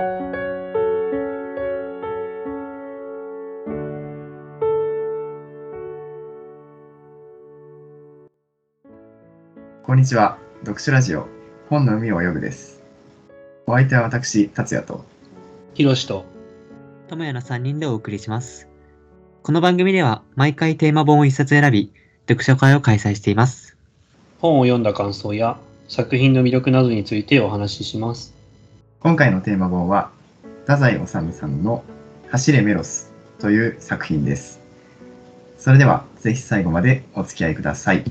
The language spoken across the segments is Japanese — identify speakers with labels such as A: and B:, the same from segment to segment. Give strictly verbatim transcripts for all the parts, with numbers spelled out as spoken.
A: こんにちは。読書ラジオ本の海を泳ぐです。お相手は私、達也と
B: ひろしと
C: ともやのさんにんでお送りします。この番組では毎回テーマ本を一冊選び、読書会を開催しています。
B: 本を読んだ感想や作品の魅力などについてお話しします。
A: 今回のテーマ本は太宰治さんの走れメロスという作品です。それではぜひ最後までお付き合いください。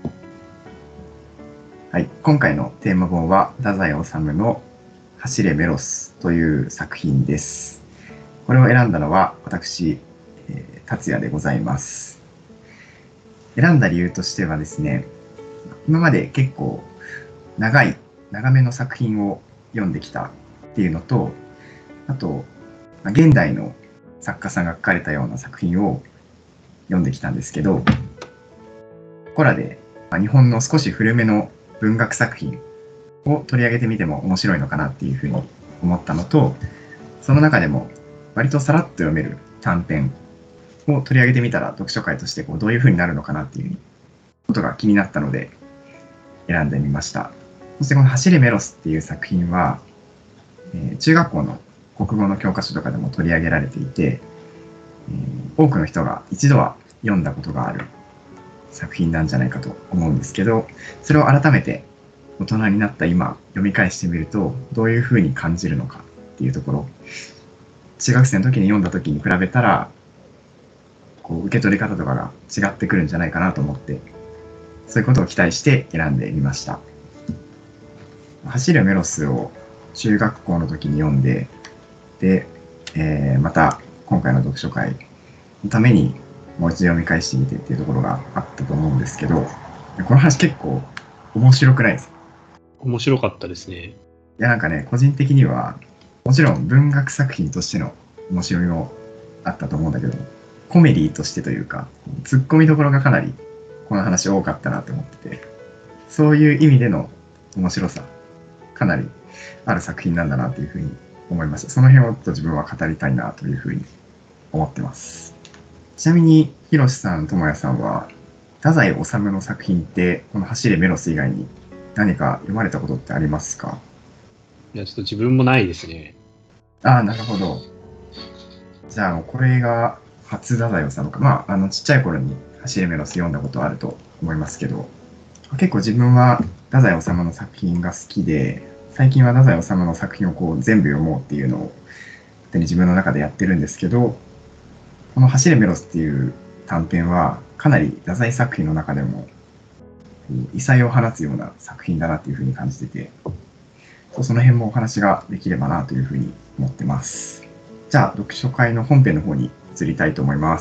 A: はい、今回のテーマ本は太宰治の走れメロスという作品です。これを選んだのは私、えー、達也でございます。選んだ理由としてはですね、今まで結構長い長めの作品を読んできたっていうのと、あと現代の作家さんが書かれたような作品を読んできたんですけど、ここらで日本の少し古めの文学作品を取り上げてみても面白いのかなっていうふうに思ったのと、その中でも割とさらっと読める短編を取り上げてみたら読書会としてこうどういうふうになるのかなっていうことが気になったので選んでみました。そしてこの走れメロスっていう作品は、えー、中学校の国語の教科書とかでも取り上げられていて、えー、多くの人が一度は読んだことがある作品なんじゃないかと思うんですけど、それを改めて大人になった今読み返してみるとどういうふうに感じるのかっていうところ、中学生の時に読んだ時に比べたらこう受け取り方とかが違ってくるんじゃないかなと思って、そういうことを期待して選んでみました。走るメロスを中学校の時に読んで、で、えー、また今回の読書会のためにもう一度読み返してみてっていうところがあったと思うんですけど、この話結構面白くないですか？
B: 面白かったですね。
A: いや、なんかね、個人的にはもちろん文学作品としての面白みもあったと思うんだけど、コメディとしてというかツッコミどころがかなりこの話多かったなと思ってて、そういう意味での面白さかなりある作品なんだなというふうに思いました。その辺をちょっと自分は語りたいなというふうに思ってます。ちなみにひろしさん、ともやさんは太宰治の作品ってこの走れメロス以外に何か読まれたことってありますか？
B: いや、ちょっと自分もないですね。
A: ああ、なるほど。じゃあこれが初太宰治か。まあ、あのちっちゃい頃に走れメロス読んだことあると思いますけど、結構自分は太宰治の作品が好きで、最近は太宰治の作品をこう全部読もうっていうのを勝手に自分の中でやってるんですけど、この走れメロスっていう短編はかなり太宰作品の中でも異彩を放つような作品だなというふうに感じてて、その辺もお話ができればなというふうに思ってます。じゃあ読書会の本編の方に移りたいと思います。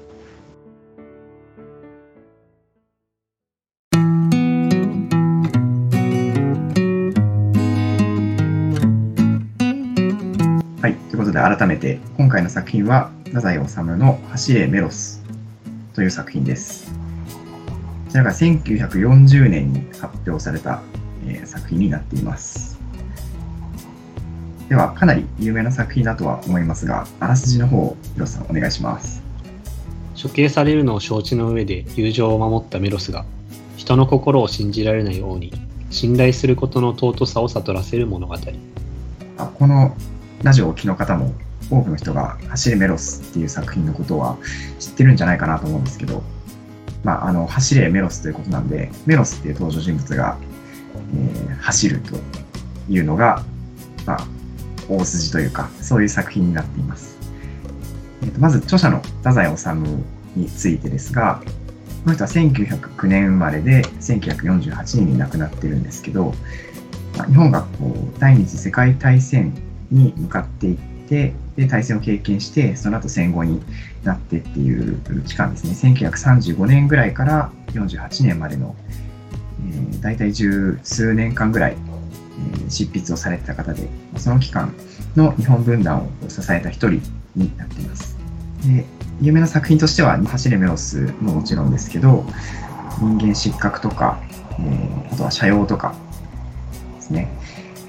A: はい、ということで改めて今回の作品は太宰治の走れメロスという作品です。こちらがせんきゅうひゃくよんじゅうねんに発表された、えー、作品になっています。ではかなり有名な作品だとは思いますが、あらすじの方をひろさんお願いします。
B: 処刑されるのを承知の上で友情を守ったメロスが人の心を信じられないように信頼することの尊さを悟らせる物語。
A: あ、このラジオをお聞きの方も多くの人が走れメロスっていう作品のことは知ってるんじゃないかなと思うんですけど、まあ、あの走れメロスということなんで、メロスっていう登場人物が、えー、走るというのが、まあ、大筋というかそういう作品になっています。えーと、まず著者の太宰治についてですが、この人はせんきゅうひゃくきゅうねん生まれでせんきゅうひゃくよんじゅうはちねんに亡くなってるんですけど、まあ、日本がこう第二次世界大戦に向かっていってで大戦を経験して、その後戦後になってっていう期間ですね。せんきゅうひゃくさんじゅうごねんぐらいからよんじゅうはちねんまでの、えー、大体十数年間ぐらい、えー、執筆をされてた方で、その期間の日本文壇を支えた一人になっています。で、有名な作品としては走れメロスももちろんですけど、人間失格とか、えー、あとは斜陽とかですね。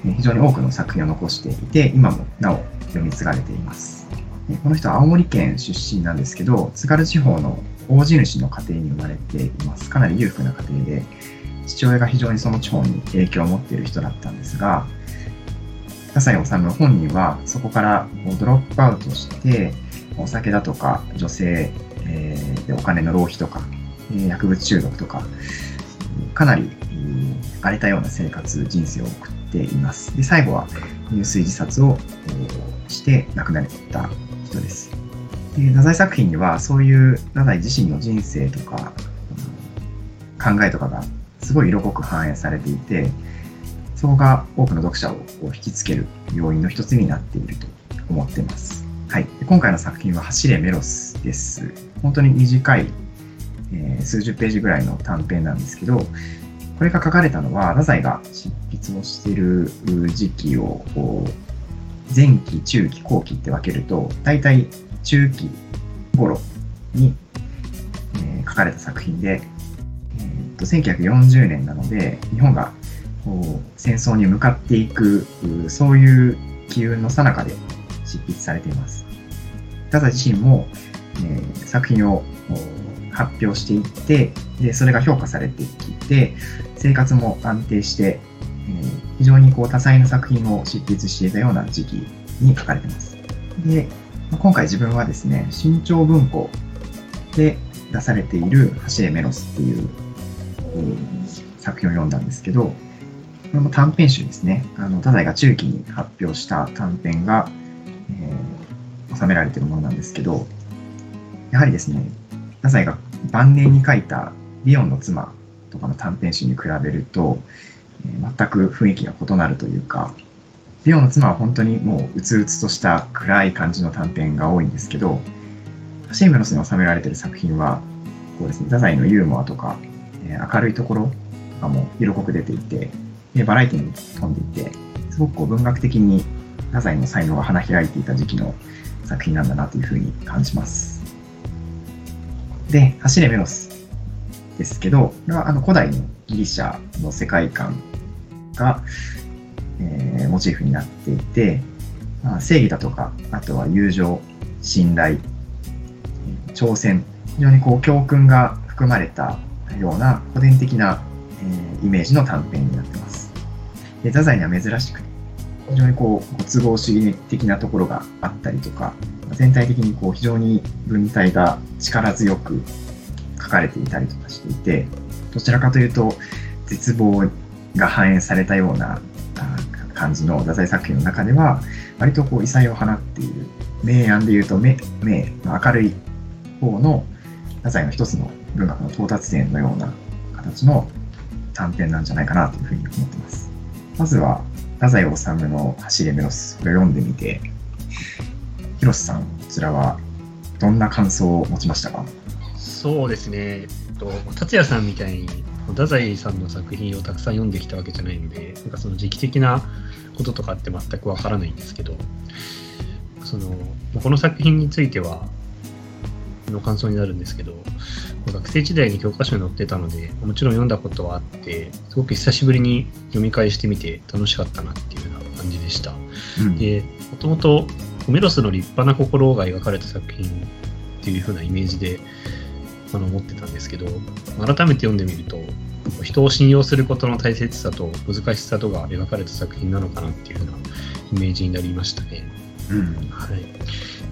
A: 非常に多くの作品を残していて、今もなお読み継がれています。この人は青森県出身なんですけど、津軽地方の大地主の家庭に生まれています。かなり裕福な家庭で、父親が非常にその地方に影響を持っている人だったんですが、太宰治本人はそこからドロップアウトして、お酒だとか女性、えー、でお金の浪費とか、薬物中毒とか、かなり荒れたような生活、人生を送っています。で、最後は入水自殺をして亡くなった人です。で、太宰作品にはそういう太宰自身の人生とか考えとかがすごい色濃く反映されていて、そこが多くの読者を引きつける要因の一つになっていると思っています。はい、今回の作品は走れメロスです。本当に短い、えー、数十ページぐらいの短編なんですけど、これが書かれたのは太宰が執筆をしている時期を前期、中期、後期って分けると、大体中期頃に、えー、書かれた作品で、えー、とせんきゅうひゃくよんじゅうねんなので、日本がこう戦争に向かっていく、そういう機運の最中で執筆されています。太宰自身も、えー、作品を発表していって、でそれが評価されてきて、生活も安定して、えー、非常にこう多彩な作品を執筆していたような時期に書かれています。で、今回自分はですね、新潮文庫で出されている走れメロスっていう、えー、作品を読んだんですけど、これも短編集ですね。あの太宰が中期に発表した短編が、えー、収められているものなんですけど、やはりですね、太宰が晩年に書いたリオンの妻とかの短編集に比べると、えー、全く雰囲気が異なるというか、リオンの妻は本当にもううつうつとした暗い感じの短編が多いんですけど、走れメロスに収められている作品はこうですね、太宰のユーモアとか、えー、明るいところとかも色濃く出ていて、でバラエティに富んでいて、すごくこう文学的に太宰の才能が花開いていた時期の作品なんだなというふうに感じます。で、走れメロスですけど、これはあの古代のギリシャの世界観が、えー、モチーフになっていて、まあ、正義だとか、あとは友情、信頼、挑戦、非常にこう教訓が含まれたような古典的な、えー、イメージの短編になっています。で、太宰には珍しく、非常にこうご都合主義的なところがあったりとか、全体的にこう非常に文体が力強く書かれていたりとかしていて、どちらかというと絶望が反映されたような感じの太宰作品の中では、割とこう異彩を放っている、明暗でいうと明、明の明るい方の太宰の一つの文学の到達点のような形の短編なんじゃないかなというふうに思っています。まずは太宰治の走れメロス、これを読んでみて、広瀬さん、こちらはどんな感想を持ちましたか？
B: そうですね、と達也さんみたいに太宰さんの作品をたくさん読んできたわけじゃないので、なんかその時期的なこととかって全くわからないんですけど、そのこの作品についてはの感想になるんですけど、学生時代に教科書に載ってたので、もちろん読んだことはあって、すごく久しぶりに読み返してみて楽しかったなっていうような感じでした。うん、で、もともとメロスの立派な心が描かれた作品っていう風なイメージであの思ってたんですけど、改めて読んでみると、人を信用することの大切さと難しさとが描かれた作品なのかなっていう風なイメージになりましたね。うん、はい。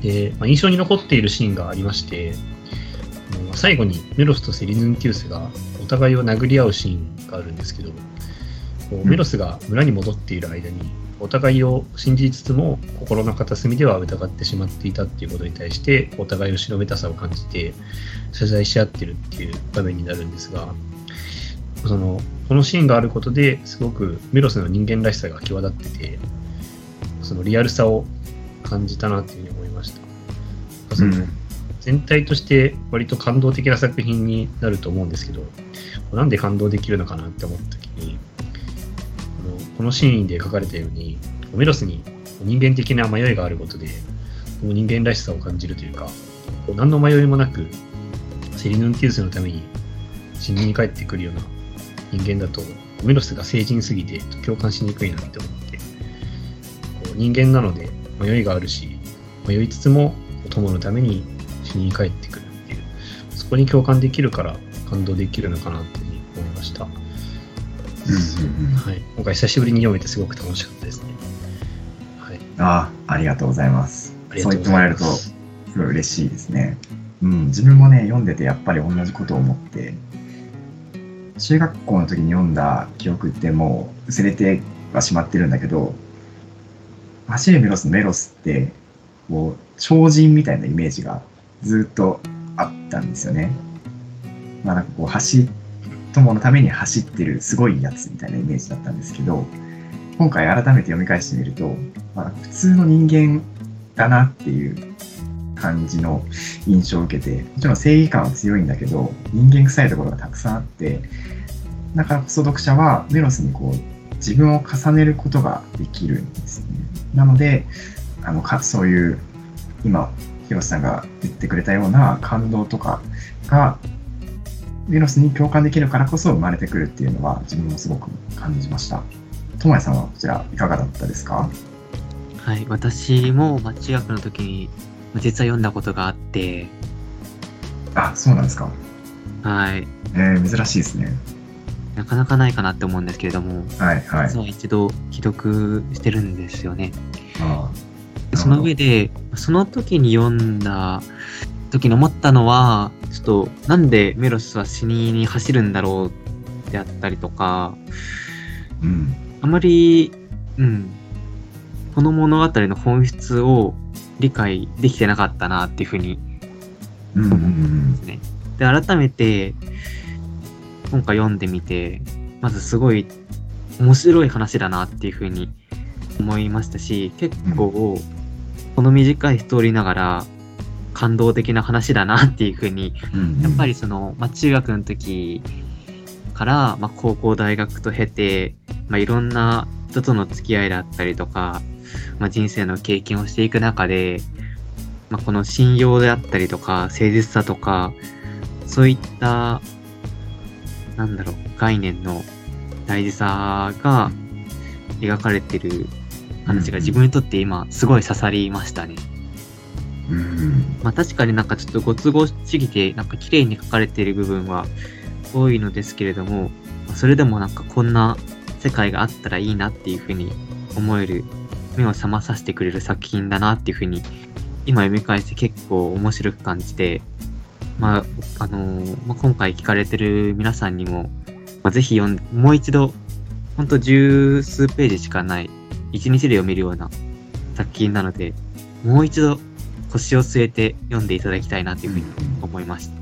B: で、まあ、印象に残っているシーンがありまして、最後にメロスとセリヌンティウスがお互いを殴り合うシーンがあるんですけど、メロスが村に戻っている間にお互いを信じつつも心の片隅では疑ってしまっていたっていうことに対してお互いの後ろめたさを感じて謝罪し合ってるっていう場面になるんですが、そのこのシーンがあることですごくメロスの人間らしさが際立ってて、そのリアルさを感じたなっていうふうに思いました。その全体として割と感動的な作品になると思うんですけど、なんで感動できるのかなって思った時に、このシーンで書かれたようにメロスに人間的な迷いがあることで人間らしさを感じるというか、何の迷いもなくセリヌンティウスのために死に帰ってくるような人間だと、メロスが聖人すぎて共感しにくいなって思って、 人間なので迷いがあるし、迷いつつも友のために死に帰ってくるっていう、そこに共感できるから感動できるのかなというふうに思いました。
A: うんうんうん、
B: はい、今回久しぶりに読めてすごく楽しかったですね。はい、
A: ああ、ありがとうございます。
B: ありがとうご
A: そう言ってもらえるとすごい嬉しいですね。うん、自分もね、読んでてやっぱり同じことを思って、中学校の時に読んだ記憶ってもう薄れてはしまってるんだけど、走れメロスのメロスってこう超人みたいなイメージがずっとあったんですよね。まあなんかこう走友のために走ってるすごいやつみたいなイメージだったんですけど、今回改めて読み返してみると、まあ、普通の人間だなっていう感じの印象を受けて、もちろん正義感は強いんだけど人間臭いところがたくさんあって、だからこそ読者はメロスにこう自分を重ねることができるんですね。なのであのかそういう今広瀬さんが言ってくれたような感動とかがメロスに共感できるからこそ生まれてくるっていうのは自分もすごく感じました。ともやさんはこちらいかがだったですか？
C: はい、私も、まあ、中学の時に実は読んだことがあって、
A: あ、そうなんですか。
C: はい、
A: えー、珍しいですね。
C: なかなかないかなって思うんですけれども、
A: はいはい。
C: 実は一度既読してるんですよね。
A: あ
C: でその上で、その時に読んだ時に思ったのは、ちょっとなんでメロスは死にに走るんだろうであったりとか、
A: うん、
C: あまり、うん、この物語の本質を理解できてなかったなっていうふうに思うんですね。で、改めて今回読んでみて、まずすごい面白い話だなっていうふうに思いましたし、結構この短いストーリーながら感動的な話だなっていうふうに、やっぱりその、まあ、中学の時から、まあ、高校大学と経て、まあ、いろんな人との付き合いだったりとか、まあ、人生の経験をしていく中で、まあ、この信用であったりとか誠実さとかそういったなんだろう概念の大事さが描かれている話が自分にとって今すごい刺さりましたね。
A: うん、
C: まあ確かになんかちょっとご都合しすぎてなんか綺麗に書かれている部分は多いのですけれども、それでもなんかこんな世界があったらいいなっていうふうに思える、目を覚まさせてくれる作品だなっていうふうに今読み返して結構面白く感じて、まああのーまあ、今回聞かれてる皆さんにも、まあ、ぜひ読んでもう一度ほんと十数ページしかない一日で読めるような作品なので、もう一度腰を据えて読んでいただきたいなというふうに思いました。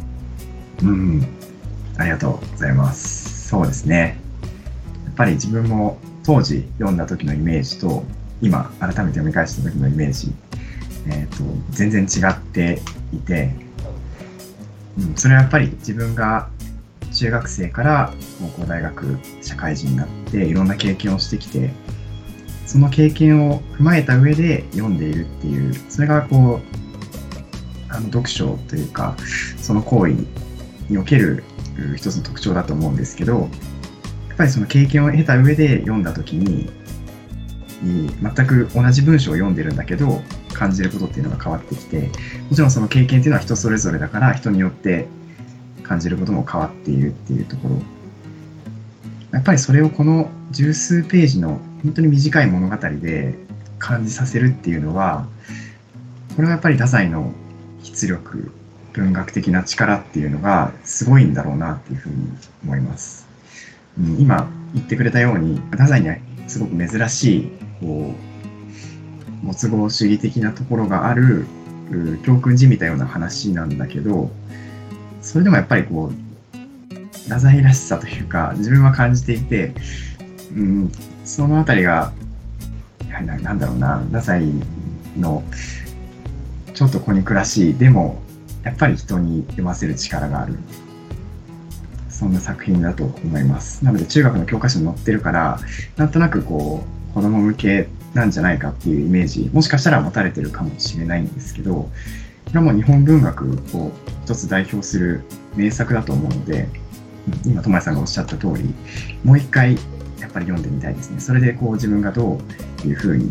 A: うん、うん、ありがとうございます。そうですね。やっぱり自分も当時読んだ時のイメージと今改めて読み返した時のイメージ、えーと、全然違っていて、うん、それはやっぱり自分が中学生から高校大学社会人になっていろんな経験をしてきて、その経験を踏まえた上で読んでいるっていう、それがこうあの読書というかその行為における一つの特徴だと思うんですけど、やっぱりその経験を得た上で読んだ時に全く同じ文章を読んでるんだけど感じることっていうのが変わってきて、もちろんその経験っていうのは人それぞれだから人によって感じることも変わっているっていうところ、やっぱりそれをこの十数ページの本当に短い物語で感じさせるっていうのは、これはやっぱり太宰の筆力、文学的な力っていうのがすごいんだろうなっていうふうに思います。うん、今言ってくれたように太宰にはすごく珍しいこう没後主義的なところがある教訓じみたような話なんだけど、それでもやっぱりこう太宰らしさというか自分は感じていて、うん、そのあたりがやはり な, なんだろうな太宰のちょっと小憎らしい、でもやっぱり人に読ませる力がある、そんな作品だと思います。なので中学の教科書に載ってるからなんとなくこう子供向けなんじゃないかっていうイメージ、もしかしたら持たれてるかもしれないんですけど、これはもう日本文学を一つ代表する名作だと思うので、今友也さんがおっしゃった通りもう一回やっぱり読んでみたいですね。それでこう自分がどういうふうに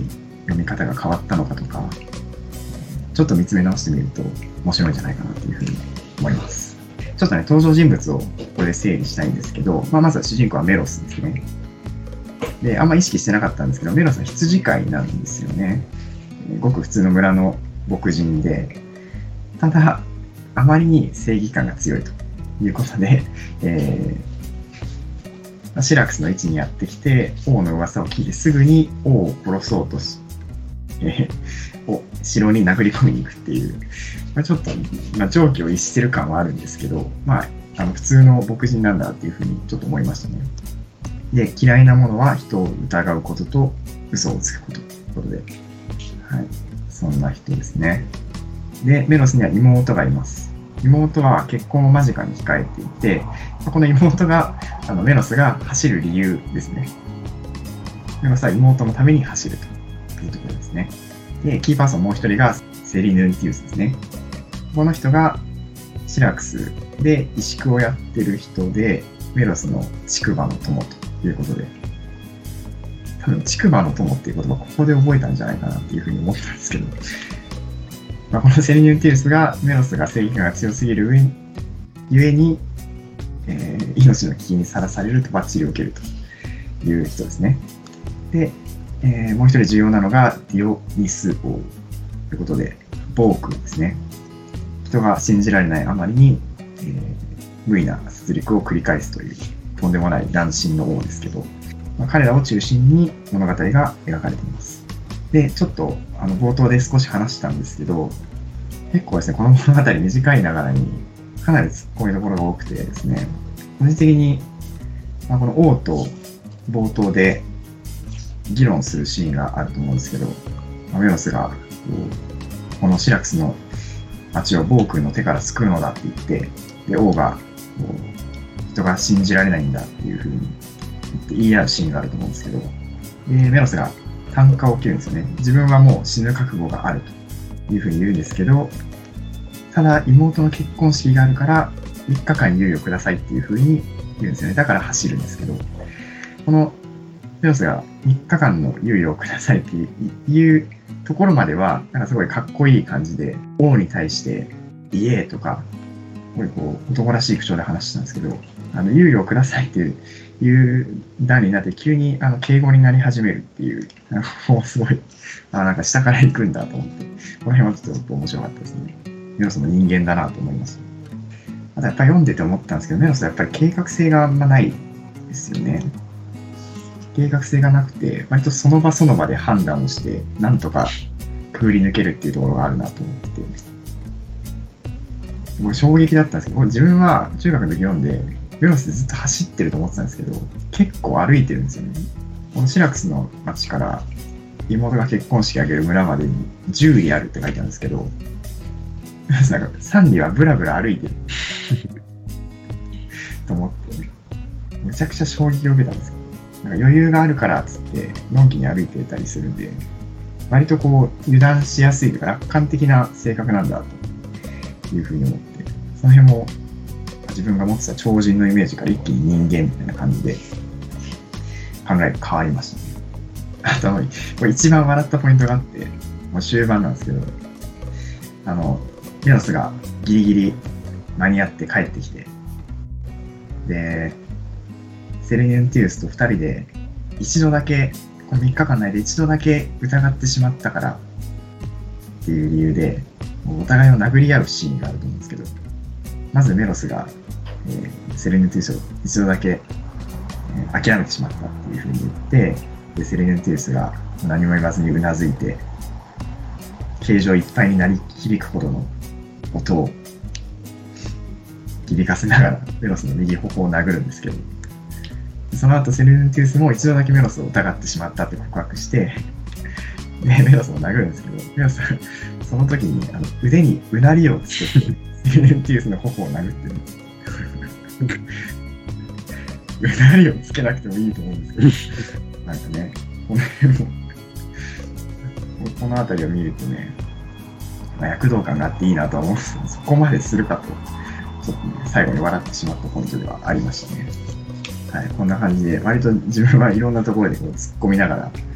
A: 読み方が変わったのかとか、ちょっと見つめ直してみると面白いんじゃないかなというふうに思います。ちょっとね、登場人物をここで整理したいんですけど、まあ、まずは主人公はメロスですね。で、あんま意識してなかったんですけど、メロスは羊飼いなんですよね。ごく普通の村の牧人で、ただ、あまりに正義感が強いということで、えー、シラクスの位置にやってきて、王の噂を聞いてすぐに王を殺そうとし、えー、お城に殴り込みに行くっていう、まあ、ちょっと、まあ、常軌を逸してる感はあるんですけど、まあ、あの普通の牧人なんだっていうふうにちょっと思いましたね。で、嫌いなものは人を疑うことと嘘をつくことということで、はい、そんな人ですね。で、メロスには妹がいます。妹は結婚を間近に控えていて、この妹があのメロスが走る理由ですね。メロスは妹のために走るというところですね。で、キーパーソンもう一人がセリヌンティウスですね。この人がシラクスで石工をやってる人で、メロスの竹馬の友ということで、多分竹馬の友っていう言葉ここで覚えたんじゃないかなっていうふうに思ったんですけど、まあ、このセリヌンティウスがメロスが正義感が強すぎる上に、ゆえに、えー、命の危機にさらされるとバッチリを受けるという人ですね。で、えー、もう一人重要なのがディオニス王ということで、暴君ですね。人が信じられないあまりに、えー、無意な殺戮を繰り返すというとんでもない乱心の王ですけど、まあ、彼らを中心に物語が描かれています。で、ちょっとあの冒頭で少し話したんですけど、結構ですね、この物語短いながらにかなり突っ込みどころが多くてですね、個人的に、まあ、この王と冒頭で議論するシーンがあると思うんですけど、まあ、メロスがこうこのシラクスの町を暴君の手から救うのだって言って、で王がこう人が信じられないんだっていうふうに言って言い合うシーンがあると思うんですけど、でメロスが啖呵を切るんですよね。自分はもう死ぬ覚悟があるというふうに言うんですけど、ただ妹の結婚式があるからみっかかん猶予くださいっていうふうに言うんですよね。だから走るんですけど、このメロスがみっかかんの猶予をくださいっていうところまではなんかすごいかっこいい感じで、王に対してイエーとかこう男らしい口調で話したんですけど、あの猶予をくださいっていういう段になって急にあの敬語になり始めるっていう、なんかもうすごいあなんか下から行くんだと思って、この辺はちょっと面白かったですね。メロスも人間だなと思いました。あとやっぱり読んでて思ったんですけど、メロスはやっぱり計画性があんまないですよね。計画性がなくて、割とその場その場で判断をして、なんとかくぐり抜けるっていうところがあるなと思ってて、もう衝撃だったんですけど、自分は中学の時読んで、メロスでずっと走ってると思ってたんですけど、結構歩いてるんですよね。このシラクスの町から妹が結婚式を挙げる村までにじゅう里あるって書いてあるんですけど、なんかさん里はブラブラ歩いてると思って、めちゃくちゃ衝撃を受けたんですけど、なんか余裕があるからっつってのんきに歩いてたりするんで、割とこう油断しやすいというか楽観的な性格なんだというふうに思って、その辺も自分が持ってた超人のイメージから一気に人間みたいな感じで考えが変わりましたね。あとこれ一番笑ったポイントがあって、もう終盤なんですけど、あのメロスがギリギリ間に合って帰ってきて、でセレニュンティウスとふたりで一度だけこのみっかかん内で一度だけ疑ってしまったからっていう理由でお互いを殴り合うシーンがあると思うんですけど、まずメロスが、えー、セレニュンティウスを一度だけ、えー、諦めてしまったっていうふうに言って、でセレニュンティウスが何も言わずにうなずいて、形状いっぱいになり響くほどの音を響かせながらメロスの右頬を殴るんですけど、その後セレニュンティウスも一度だけメロスを疑ってしまったって告白して、でメロスを殴るんですけど、メロスはその時にあの腕にうなりをつけてセレニュンティウスの頬を殴ってるんです。うなりをつけなくてもいいと思うんですけど、なんかね、この辺もこの辺りを見るとね、まあ、躍動感があっていいなとは思うんですけど、そこまでするかとちょっとね最後に笑ってしまったポイントではありましたね。はい、こんな感じで割と自分はいろんなところでこう突っ込みながら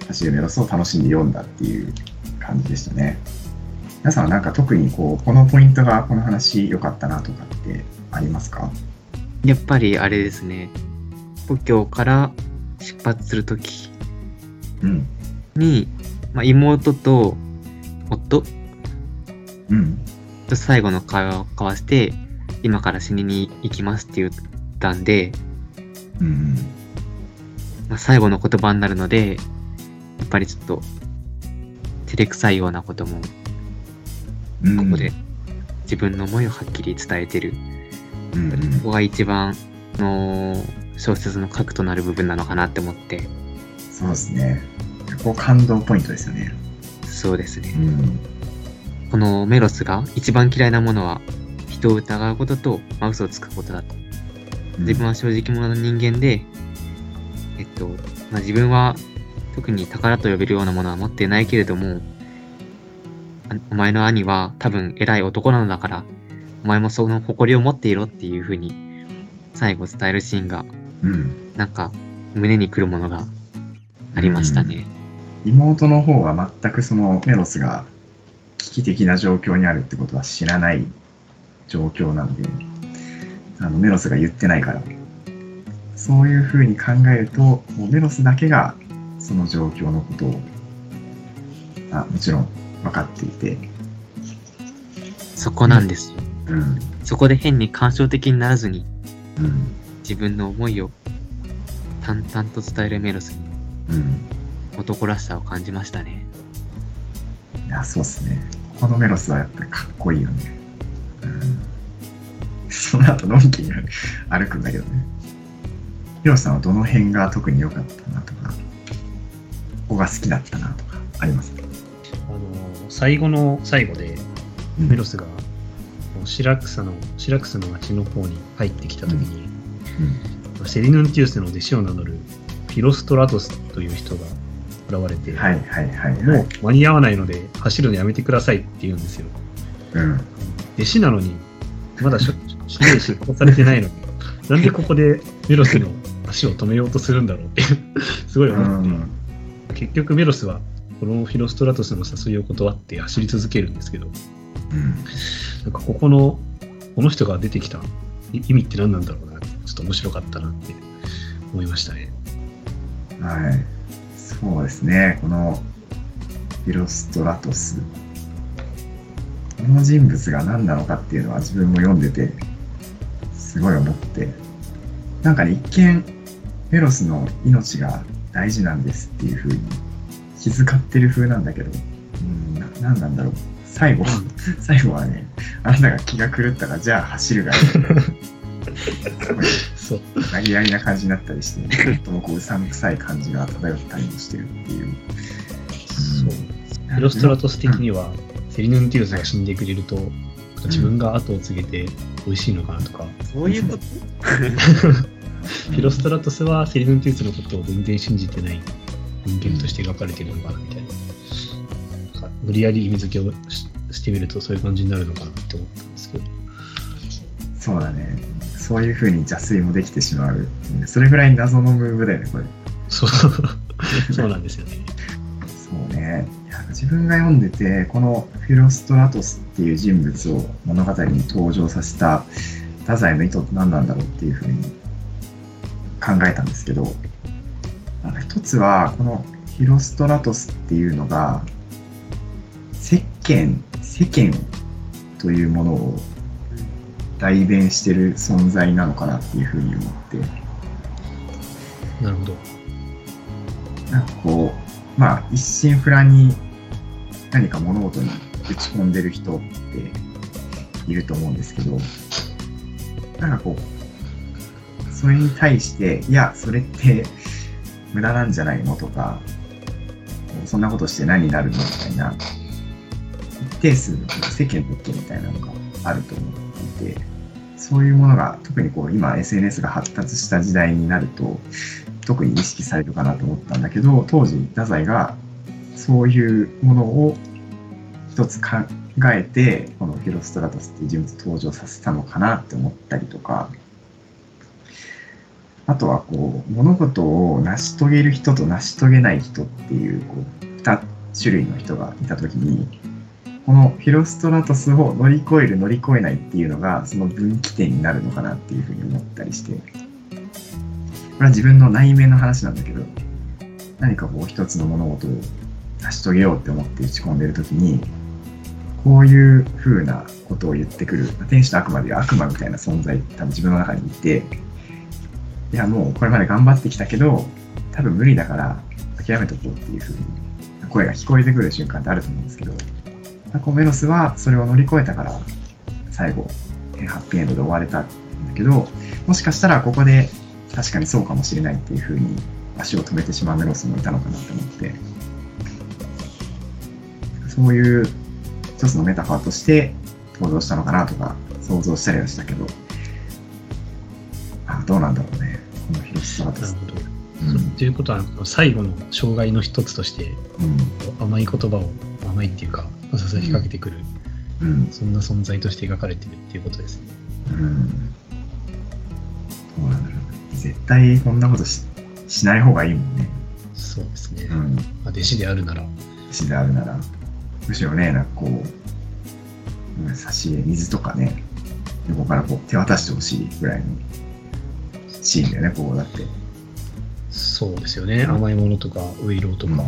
A: 走るメロスを楽しんで読んだっていう感じでしたね。皆さんはなんか特にこうこのポイントがこの話良かったなとかってありますか？
C: やっぱりあれですね、故郷から出発するとき
A: うん
C: に、まあ、妹と夫
A: うん
C: と最後の会話を交わして、今から死にに行きますって言ったんで、
A: うん
C: まあ、最後の言葉になるので、やっぱりちょっと照れくさいようなことも
A: うん
C: ここで自分の思いをはっきり伝えてる、
A: うんうん
C: ここが一番の小説の核となる部分なのかなって思って。
A: そうですね。ここ感動ポイントですよね。
C: そうですね、
A: うん
C: このメロスが一番嫌いなものは人を疑うことと、まあ、嘘をつくことだと。自分は正直者の人間で、えっと、まあ、自分は特に宝と呼べるようなものは持っていないけれども、あお前の兄は多分偉い男なのだから、お前もその誇りを持っていろっていうふうに最後伝えるシーンが、
A: うん
C: なんか胸にくるものがありましたね。
A: 妹の方は全くそのメロスが危機的な状況にあるってことは知らない状況なんで、あのメロスが言ってないから、そういうふうに考えると、もうメロスだけがその状況のことをあもちろん分かっていて、
C: そこなんですよ。
A: うん
C: そこで変に感傷的にならずに、
A: うん
C: 自分の思いを淡々と伝えるメロスに
A: うん
C: 男らしさを感じましたね。
A: いやそうですね。このメロスはやっぱりかっこいいよね。うん、その後のんきに歩くんだけどね。ヒロさんはどの辺が特に良かったなとか、ここが好きだったなとかありますか？
B: あの最後の最後でメロスがシラクサのシラクスの町の方に入ってきた時に、
A: うん、
B: セリヌンティウスの弟子を名乗るフィロストラトスという人が現れて、
A: はいはいはい、はい、
B: もう間に合わないので走るのやめてくださいって言うんですよ。
A: うん、
B: 弟子なのにまだ指令執行されてないのになんでここでメロスの足を止めようとするんだろうってすごい思って、うん、結局メロスはこのフィロストラトスの誘いを断って走り続けるんですけど、
A: うん、
B: なんかここのこの人が出てきた意味って何なんだろうなってちょっと面白かったなって思いましたね。
A: はい、そうですね。このフィロストラトス、この人物が何なのかっていうのは自分も読んでてすごい思って、なんかね、一見メロスの命が大事なんですっていう風に気遣ってる風なんだけど、うん、な、なんなんだろう、最後最後はね、あなたが気が狂ったからじゃあ走るがいいそう投げやりな感じになったりして、ね、ともこううさんくさい感じが漂ったりもしてるっていう、うん、
B: そうフィロストラトス的には、うん、セリヌンティウスが死んでくれると、うん、自分が後を継げて美味しいのかなとか、
C: そういうこと
B: フィロストラトスはセリヌンティウスのことを全然信じてない人間として描かれてるのかなみたいな、なんか無理やり意味付けを し, してみるとそういう感じになるのかなって思ったんですけど。
A: そうだね、そういう風に邪推もできてしまう、それぐらい謎のムーブだよねこれ。
B: そうそうなんですよね。
A: そうね、いや自分が読んでてこのフィロストラトスっていう人物を物語に登場させた太宰の意図って何なんだろうっていう風に考えたんですけど、なんか一つはこのフィロストラトスっていうのが世間世間というものを代弁してる存在なのかなっていうふうに思って、
B: なるほど。
A: なんかこう、まあ一心不乱に何か物事に打ち込んでる人っていると思うんですけど、なんかこうそれに対していやそれって無駄なんじゃないのとか、そんなことして何になるのみたいな一定数の世間の意見みたいなのがあると思っていて、そういうものが特にこう今 エスエヌエス が発達した時代になると特に意識されるかなと思ったんだけど、当時太宰がそういうものを一つ考えてこのフィロストラトスっていう人物を登場させたのかなって思ったりとか、 あとはこう物事を成し遂げる人と成し遂げない人っていう、こうに種類の人がいたときに、このフィロストラトスを乗り越える乗り越えないっていうのがその分岐点になるのかなっていうふうに思ったりして、これは自分の内面の話なんだけど、何かこう一つの物事を成し遂げようって思って打ち込んでるときに、こういう風なことを言ってくる天使と悪魔でいう悪魔みたいな存在、多分自分の中にいて、いやもうこれまで頑張ってきたけど多分無理だから諦めとこうっていう風に声が聞こえてくる瞬間ってあると思うんですけど、こうメロスはそれを乗り越えたから最後ハッピーエンドで終われたんだけど、もしかしたらここで確かにそうかもしれないっていう風に足を止めてしまうメロスもいたのかなと思って、そういう一つのメタファーとして登場したのかなとか想像したりはしたけど、あ、どうなんだろうね、この広さとして。
B: なるほど。ということは最後の障害の一つとして、うん、甘い言葉を甘いっていうかささやきかけてくる、うん、そんな存在として描かれてるっていうことですね。うん。
A: どうなんだろう。絶対こんなこと し, しない方がいいもんね。
B: そうですね。うん、まあ、弟子であるなら。
A: 弟子であるなら。むしろね、なんかこう差し入れ水とかね、横からこう手渡してほしいぐらいのシーンだよね、こうだって。
B: そうですよね、うん、甘いものとかウイローとか、うん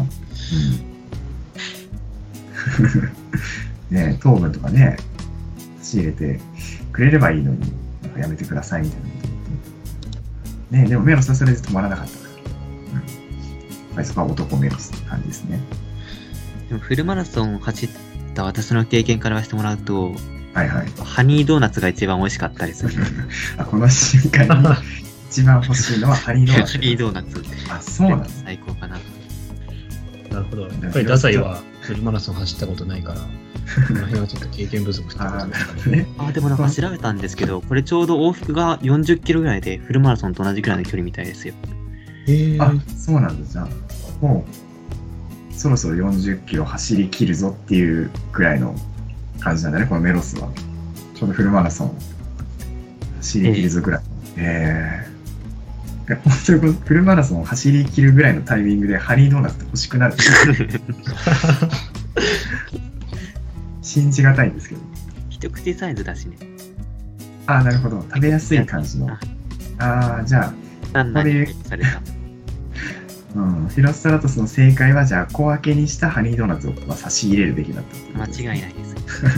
A: うん、ね、糖分とかね仕入れてくれればいいのに、なんかやめてくださいみたいなこと言ってね。でもメロスはそれで止まらなかったから、うん、やっぱりそこは男メロスって感じですね。
C: でもフルマラソンを走った私の経験から言わせてもらうと、
A: はいはい、
C: ハニードーナツが一番美味しかったです。
A: あ、この瞬間に一番欲しいのはハニードーナツ。
C: ハニードーナツ。
A: あ、そうなんです。
C: 最高かな。
B: なるほど。やっぱり太宰はフルマラソン走ったことないから、この辺はちょっと経験不足ってことですね。
C: あ、でもなんか調べたんですけど、これちょうど往復がよんじゅっキロぐらいで、フルマラソンと同じくらいの距離みたいですよ。
A: へー。あ、そうなんだ。じゃあ、もうそろそろよんじゅっキロ走り切るぞっていうくらいの感じなんだね、このメロスは。ちょうどフルマラソン走り切るぞくらい。えー本当にこのフルマラソンを走り切るぐらいのタイミングでハニードーナツって欲しくなる信じがたいんですけど、
C: 一口サイズだしね。
A: ああ、なるほど、食べやすい感じの。ああ、じゃあ
C: 何々にされた
A: うん、フィロストラトスの正解はじゃあ小分けにしたハニードーナツを差し入れるべきだったって
C: 間違いないです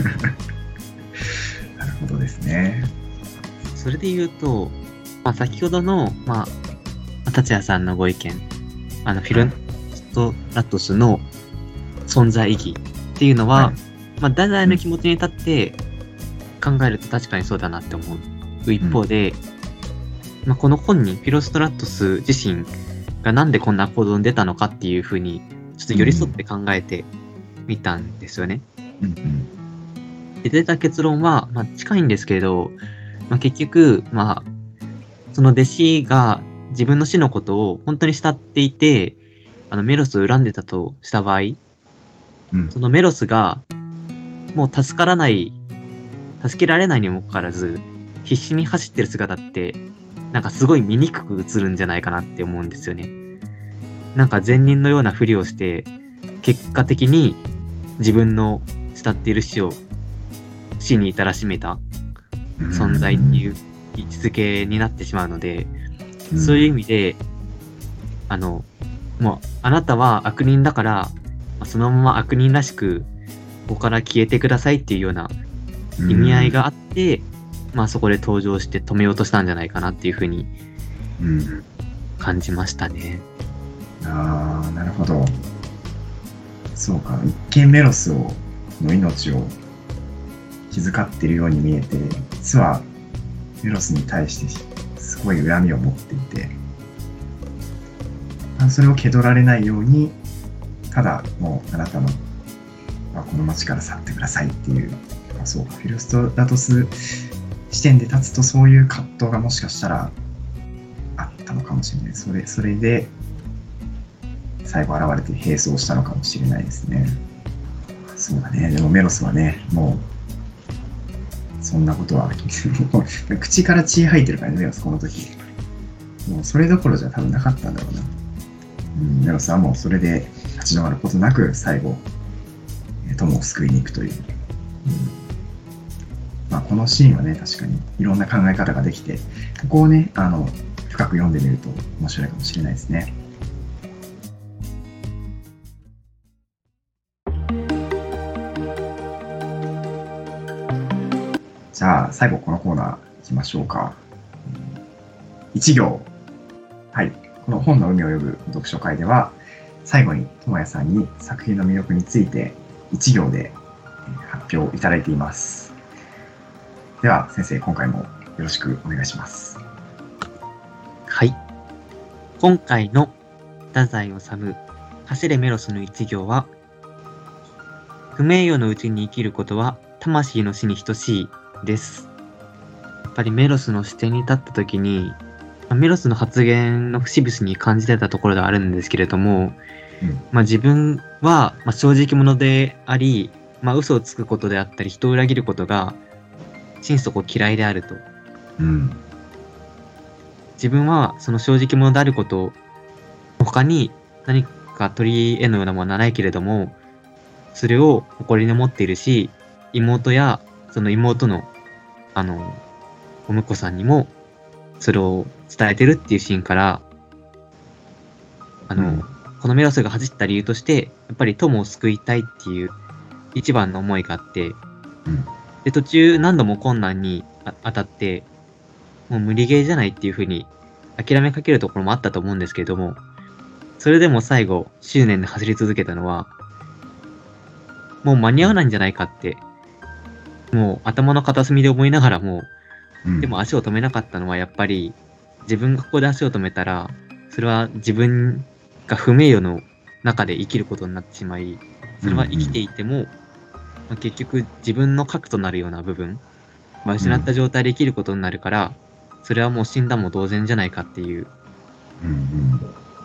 A: なるほどですね。
C: それで言うと、まあ、先ほどの、まあ、達也さんのご意見、あのフィロストラトスの存在意義っていうのは、はい、まあ、太宰の気持ちに立って考えると確かにそうだなって思う一方で、うん、まあ、この本人フィロストラトス自身がなんでこんな行動に出たのかっていうふうにちょっと寄り添って考えてみたんですよね。うんうん、で出た結論は、まあ、近いんですけれど、まあ、結局、まあその弟子が自分の死のことを本当に慕っていて、あのメロスを恨んでたとした場合、うん、そのメロスがもう助からない、助けられないにもかかわらず必死に走ってる姿ってなんかすごい醜く映るんじゃないかなって思うんですよね。なんか善人のようなふりをして結果的に自分の慕っている死を死に至らしめた存在っていう位置づけになってしまうので、うん、そういう意味であのもうあなたは悪人だからそのまま悪人らしくここから消えてくださいっていうような意味合いがあって、うん、まあそこで登場して止めようとしたんじゃないかなっていうふうに感じましたね。
A: うん、ああ、なるほど。そうか、一見メロスをの命を気遣っているように見えて、実はメロスに対してすごい恨みを持っていて、それを蹴取られないように、ただもうあなたの、まあ、この町から去ってくださいっていう、まあ、そうか、フィロストラトス視点で立つとそういう葛藤がもしかしたらあったのかもしれない。それ、それで最後現れて並走したのかもしれないですね。そうだね。でもメロスはね、もうそんなことは口から血吐いてるからね、メロスこの時。 もうそれどころじゃ多分なかったんだろうな。うん、メロスはもうそれで立ち止まることなく最後友を救いに行くという、うんまあ、このシーンはね確かにいろんな考え方ができて、ここをねあの深く読んでみると面白いかもしれないですね。じゃあ最後このコーナーいきましょうか。一行。はい。この本の海を読む読書会では、最後に智也さんに作品の魅力について一行で発表いただいています。では先生、今回もよろしくお願いします。
C: はい。今回の太宰治走れメロスの一行は、不名誉のうちに生きることは魂の死に等しいです。やっぱりメロスの視点に立った時に、メロスの発言の節々に感じてたところではあるんですけれども、うんまあ、自分はまあ正直者であり、まあ、嘘をつくことであったり人を裏切ることが心底嫌いであると、うん、自分はその正直者であること他に何か取り柄のようなものはないけれども、それを誇りに思っているし、妹やその妹のあのお婿さんにもそれを伝えてるっていうシーンから、あの、うん、このメロスが走った理由として、やっぱり友を救いたいっていう一番の思いがあって、うん、で、途中何度も困難に当たって、もう無理ゲーじゃないっていう風に諦めかけるところもあったと思うんですけれども、それでも最後、執念で走り続けたのは、もう間に合わないんじゃないかって、もう頭の片隅で思いながらも、でも足を止めなかったのはやっぱり自分がここで足を止めたらそれは自分が不名誉の中で生きることになってしまい、それは生きていても、うんうんまあ、結局自分の核となるような部分、まあ、失った状態で生きることになるから、それはもう死んだも同然じゃないかっていう、うんうん、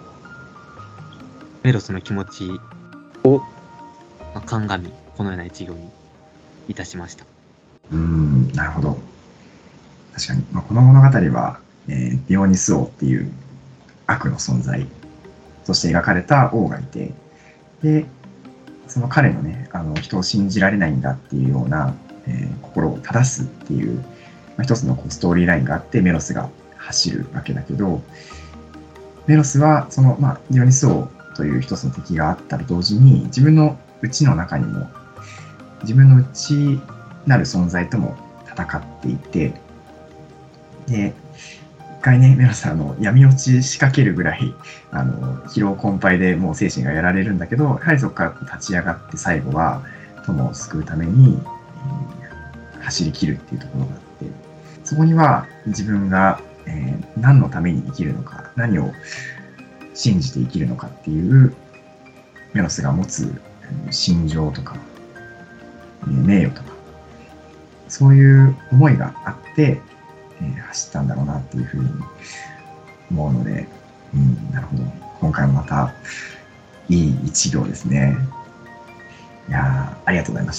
C: メロスの気持ちを、まあ、鑑みこのような一行にいたしました。
A: うーん、なるほど。確かに、まあ、この物語は、えー、ディオニス王っていう悪の存在として描かれた王がいて、でその彼のねあの人を信じられないんだっていうような、えー、心を正すっていう、まあ、一つのこうストーリーラインがあってメロスが走るわけだけど、メロスはその、まあ、ディオニス王という一つの敵があったと同時に自分の内の中にも自分の内なる存在とも戦っていて、で一回ねメロスはあの闇落ち仕掛けるぐらいあの疲労困憊でもう精神がやられるんだけど、やはりそこから立ち上がって最後は友を救うために、えー、走り切るっていうところがあって、そこには自分が、えー、何のために生きるのか、何を信じて生きるのかっていうメロスが持つ心情とか、えー、名誉とかそういう思いがあってえー、走ったんだろうなっていうふうに思うので、うん、なるほど。今回もまたいい一行ですね。いやー、ありがとうございました。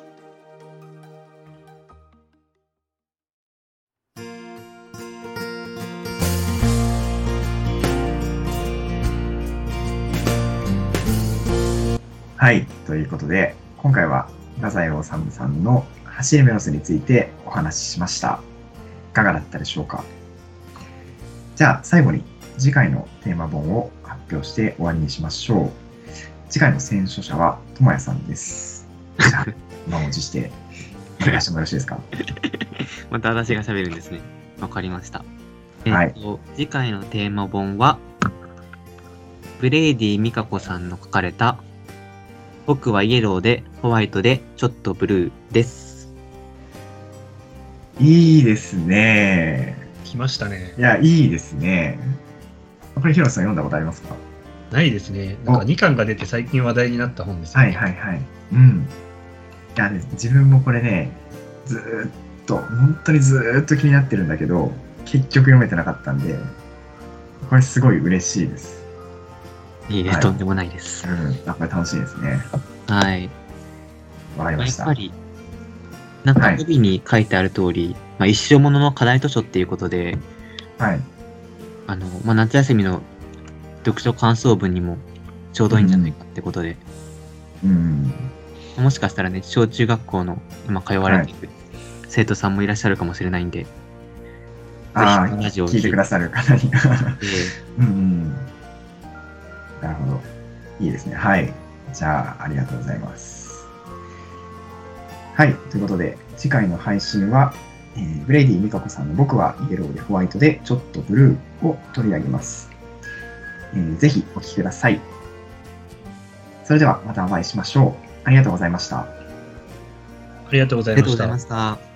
A: はい、ということで、今回は太宰治さんの走れメロスについてお話ししました。いかがだったでしょうか。じゃあ最後に次回のテーマ本を発表して終わりにしましょう。次回の選書者は智也さんです。じゃあ満を持してお願いしてもよろしいですか。
C: また私が喋るんですね。わかりました。えーとはい、次回のテーマ本はブレイディ・ミカコさんの書かれた僕はイエローでホワイトでちょっとブルーです。
A: いいですね。
B: 来ましたね。
A: いや、いいですね。これ、広瀬さん読んだことありますか？
B: ないですね。なんかにかんが出て最近話題になった本ですよ
A: ね。はいはいはい。うん。いや、自分もこれね、ずーっと、本当にずーっと気になってるんだけど、結局読めてなかったんで、これすごい嬉しいです。
C: いいえ、はい、とんでもないです。
A: うん。やっぱり楽しいですね。
C: はい。
A: わかりました。
C: やっぱりなんか帯に書いてある通り、はい、まあ、一生ものの課題図書っていうことで、
A: はい、
C: あの、まあ、夏休みの読書感想文にもちょうどいいんじゃないかってことで、
A: うん。
C: もしかしたらね、小中学校の今通われている生徒さんもいらっしゃるかもしれないんで、
A: ああ、
C: ぜひラジオを
A: 聞いてくださる方に。
C: え
A: うんうん。なるほど。いいですね。はい。じゃあ、ありがとうございます。はい。ということで、次回の配信は、えーブレイディ・ミカコさんの僕はイエローでホワイトでちょっとブルーを取り上げます。えーぜひお聞きください。それではまたお会いしましょう。ありがとうございました。
B: ありがとうございました
C: ありがとうございま。した。